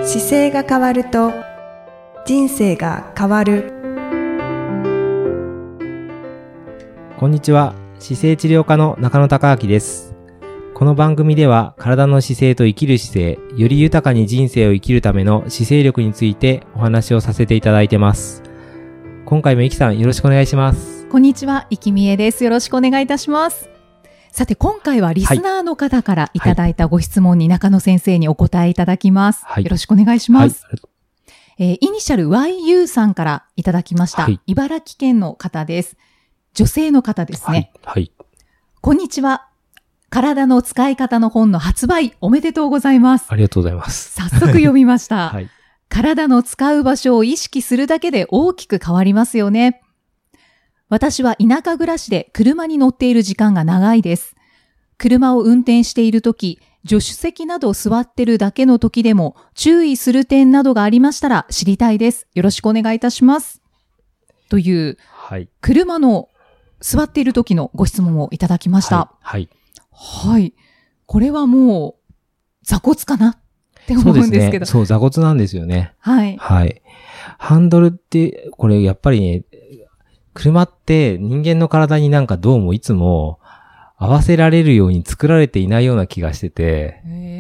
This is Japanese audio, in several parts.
姿勢が変わると人生が変わる。 こんにちは。姿勢治療科の中野孝明です。この番組では体の姿勢と生きる姿勢、より豊かに人生を生きるための姿勢力についてお話をさせていただいてます。今回もいきさんよろしくお願いします。 こんにちは、いきみえです。よろしくお願いいたします。さて今回はリスナーの方からいただいたご質問に中野先生にお答えいただきます。よろしくお願いします。イニシャル YU さんからいただきました。茨城県の方です。女性の方ですね。こんにちは。体の使い方の本の発売おめでとうございます。 ありがとうございます。 早速読みました。体の使う場所を意識するだけで大きく変わりますよね。私は田舎暮らしで車に乗っている時間が長いです。車を運転しているとき、助手席など座ってるだけのときでも注意する点などがありましたら知りたいです。よろしくお願いいたします。という、車の座っているときのご質問をいただきました。これはもう座骨かなって思うんですけど。 そう、座骨なんですよね。 はい。 ハンドルって、これやっぱりね、車って人間の体になんかどうもいつも合わせられるように作られていないような気がしてて、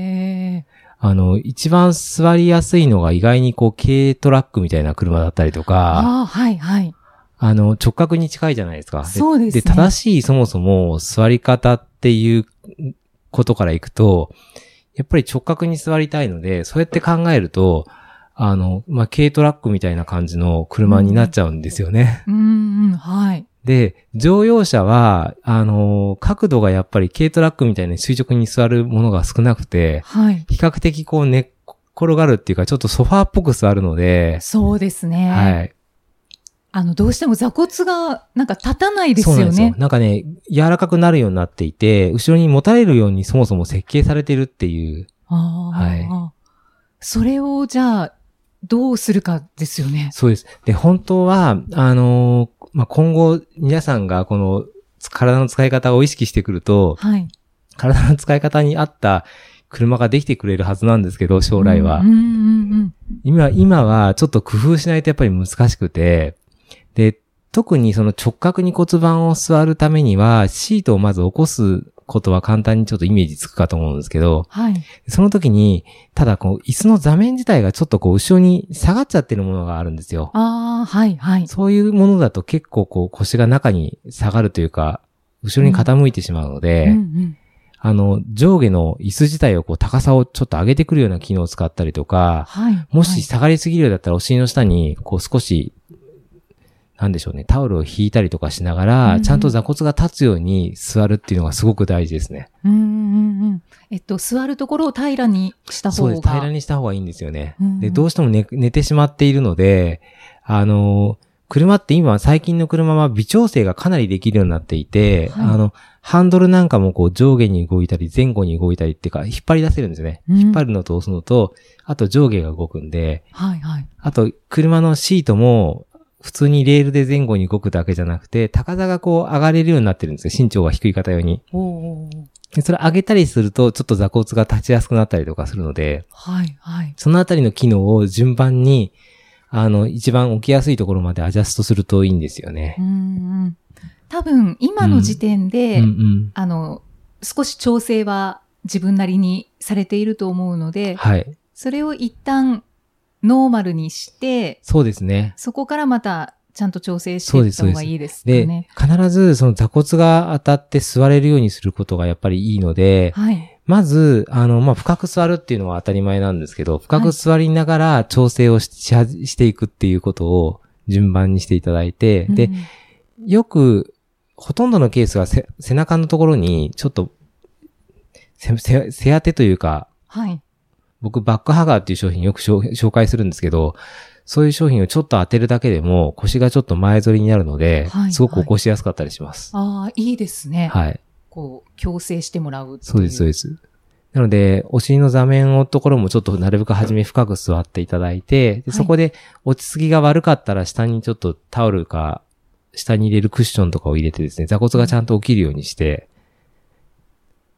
一番座りやすいのが意外にこう軽トラックみたいな車だったりとか、直角に近いじゃないですか。 そうですね。 で、正しいそもそも座り方っていうことからいくと、やっぱり直角に座りたいので、そうやって考えると、軽トラックみたいな感じの車になっちゃうんですよね。で、乗用車は、角度がやっぱり軽トラックみたいに垂直に座るものが少なくて、比較的こう寝っ転がるっていうか、ちょっとソファーっぽく座るので。 そうですね。どうしても座骨がなんか立たないですよね。そうなんですよ。 なんかね、柔らかくなるようになっていて、後ろに持たれるようにそもそも設計されてるっていう。 それをじゃあ、どうするかですよね。 そうです。で、本当は、今後、皆さんがこの体の使い方を意識してくると、体の使い方に合った車ができてくれるはずなんですけど、将来は。今はちょっと工夫しないとやっぱり難しくて、で、特にその直角に骨盤を座るためには、シートをまず起こすことは簡単にちょっとイメージつくかと思うんですけど、その時に、ただこう、椅子の座面自体がちょっとこう、後ろに下がっちゃってるものがあるんですよ。そういうものだと結構こう、腰が中に下がるというか、後ろに傾いてしまうので、上下の椅子自体をこう、高さをちょっと上げてくるような機能を使ったりとか、もし下がりすぎるようだったらお尻の下に、こう少し、なんでしょうね、タオルを引いたりとかしながら、ちゃんと座骨が立つように座るっていうのがすごく大事ですね。 座るところを平らにした方が。 そうです。平らにした方がいいんですよね。で、どうしても寝てしまっているので、車って今、最近の車は微調整がかなりできるようになっていて、ハンドルなんかもこう上下に動いたり、前後に動いたりっていうか、引っ張り出せるんですよね。引っ張るのと押すのと、あと上下が動くんで、あと、車のシートも、普通にレールで前後に動くだけじゃなくて、高さがこう上がれるようになってるんですよ。身長が低い方用に。でそれ上げたりすると、ちょっと座骨が立ちやすくなったりとかするので、そのあたりの機能を順番に、一番起きやすいところまでアジャストするといいんですよね。 多分、今の時点で、少し調整は自分なりにされていると思うので、それを一旦、ノーマルにして、 そうですね。 そこからまたちゃんと調整していった方がいいですかね。 で、必ずその座骨が当たって座れるようにすることがやっぱりいいので、まず、深く座るっていうのは当たり前なんですけど、深く座りながら調整をしていくっていうことを順番にしていただいて、で、よく、ほとんどのケースは背中のところに、ちょっと、背当てというか、僕、バックハガーっていう商品よく紹介するんですけど、そういう商品をちょっと当てるだけでも腰がちょっと前反りになるので、すごく起こしやすかったりします。 いいですね。こう、矯正してもらう。 そうです、そうです。なので、お尻の座面のところもちょっとなるべく初め深く座っていただいて、でそこで落ち着きが悪かったら下にちょっとタオルか、下に入れるクッションとかを入れてですね、座骨がちゃんと起きるようにして、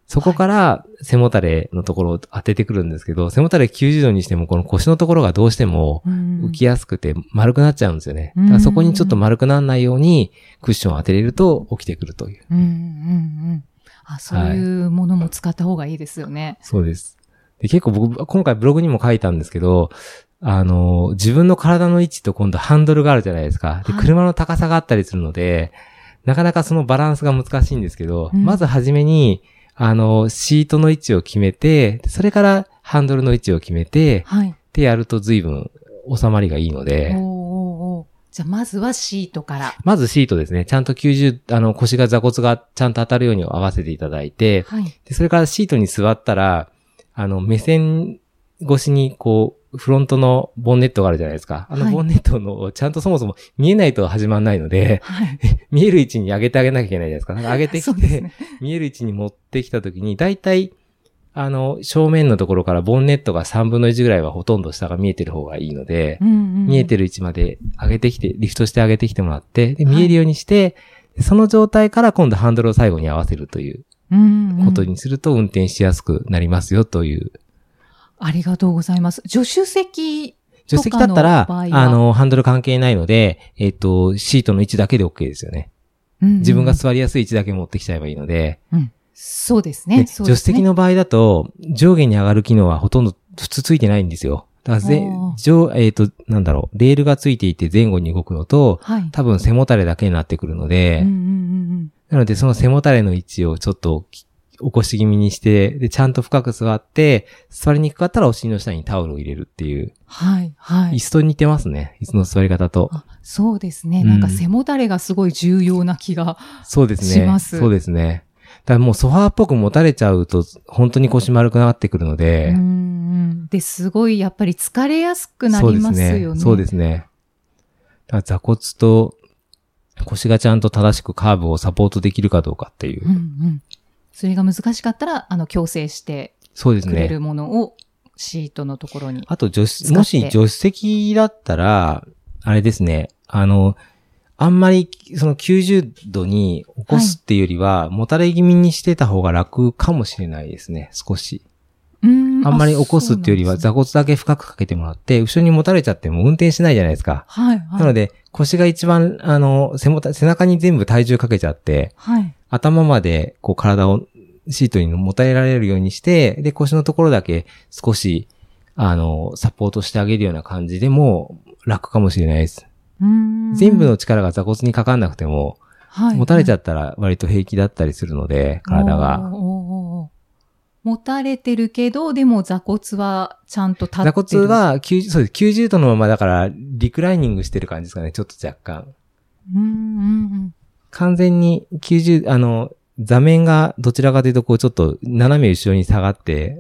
そこから背もたれのところを当ててくるんですけど、背もたれ90度にしてもこの腰のところがどうしても浮きやすくて丸くなっちゃうんですよね。だからそこにちょっと丸くならないようにクッションを当てれると起きてくるという。 そういうものも使った方がいいですよね。 そうです。で、結構僕、今回ブログにも書いたんですけど、自分の体の位置と今度ハンドルがあるじゃないですか。で、車の高さがあったりするので、なかなかそのバランスが難しいんですけど、まずはじめに、シートの位置を決めて、それからハンドルの位置を決めて、でやると随分収まりがいいので。 じゃあまずはシートから。 まずシートですね。ちゃんと90、腰が座骨がちゃんと当たるように合わせていただいて、でそれからシートに座ったら、目線越しにこう、フロントのボンネットがあるじゃないですか。ボンネットの、ちゃんとそもそも見えないと始まらないので、見える位置に上げてあげなきゃいけないじゃないですか。上げてきて、見える位置に持ってきたときに、だいたい、正面のところからボンネットが3分の1ぐらいはほとんど下が見えてる方がいいので、見えてる位置まで上げてきて、リフトして上げてきてもらって、で見えるようにして、その状態から今度ハンドルを最後に合わせるということにすると運転しやすくなりますよという。 ありがとうございます。助手席だったら、ハンドル関係ないので、シートの位置だけで OK ですよね。自分が座りやすい位置だけ持ってきちゃえばいいので。 そうですね。 助手席の場合だと、上下に上がる機能はほとんど普通ついてないんですよ。だからレールがついていて前後に動くのと、多分背もたれだけになってくるので、なのでその背もたれの位置をちょっと起こし気味にして、で、ちゃんと深く座って、座りにくかったらお尻の下にタオルを入れるっていう。椅子と似てますね。椅子の座り方と。 そうですね。なんか背もたれがすごい重要な気がします。 そうですね。だからもうソファーっぽく持たれちゃうと、本当に腰丸くなってくるので。 で、すごいやっぱり疲れやすくなりますよね。 そうですね。だから座骨と腰がちゃんと正しくカーブをサポートできるかどうかっていう。 それが難しかったら、矯正してくれるものをシートのところに。 あと、もし助手席だったら、あれですね、あんまりその90度に起こすっていうよりは、もたれ気味にしてた方が楽かもしれないですね、少し。あんまり起こすっていうよりは、座骨だけ深くかけてもらって、後ろにもたれちゃっても運転しないじゃないですか。なので、腰が一番、背中に全部体重かけちゃって、頭までこう体をシートにもたれられるようにして、で、腰のところだけ少し、サポートしてあげるような感じでも楽かもしれないです。全部の力が座骨にかかんなくても、もたれちゃったら割と平気だったりするので、体が。 もたれてるけど、でも座骨はちゃんと立ってる。 座骨は90度のままだからリクライニングしてる感じですかね、ちょっと若干。完全に座面がどちらかというとこうちょっと斜め後ろに下がって、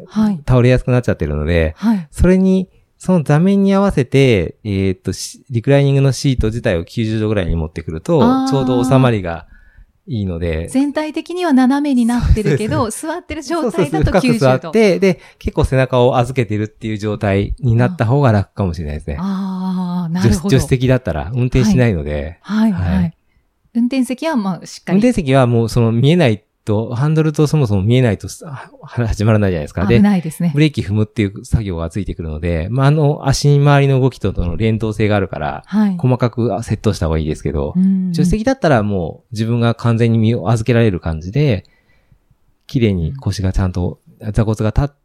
倒れやすくなっちゃってるので、それに、その座面に合わせて、リクライニングのシート自体を90度ぐらいに持ってくると、ちょうど収まりがいいので。 全体的には斜めになってるけど、座ってる状態だと90度。 深く座って、で、結構背中を預けてるっていう状態になった方が楽かもしれないですね。 なるほど。 助手席だったら運転しないので。 運転席はまあしっかり。 運転席はもうその見えないと、ハンドルとそもそも見えないと始まらないじゃないですか。 危ないですね。 ブレーキ踏むっていう作業がついてくるので、足回りの動きとの連動性があるから、細かくセットした方がいいですけど、助手席だったらもう自分が完全に身を預けられる感じで、綺麗に腰がちゃんと座骨が立って、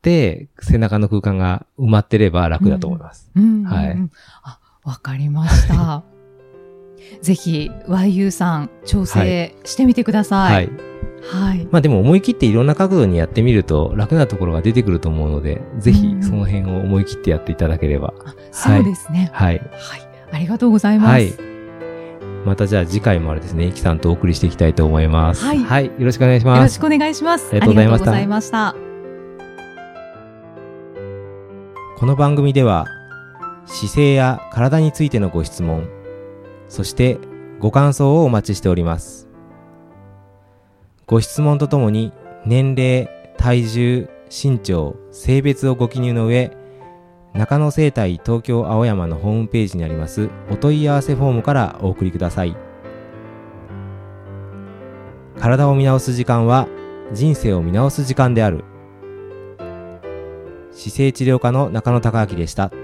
背中の空間が埋まってれば楽だと思います。 わかりました。ぜひ YU さん調整してみてください。 でも思い切っていろんな角度にやってみると楽なところが出てくると思うので、ぜひその辺を思い切ってやっていただければ。 そうですね。ありがとうございます。 またじゃあ次回もあれですね、イキさんとお送りしていきたいと思います。よろしくお願いします。 よろしくお願いします。 ありがとうございました。この番組では姿勢や体についてのご質問、そしてご感想をお待ちしております。ご質問とともに年齢、体重、身長、性別をご記入の上、中野生態東京青山のホームページにありますお問い合わせフォームからお送りください。体を見直す時間は人生を見直す時間である。姿勢治療科の中野孝明でした。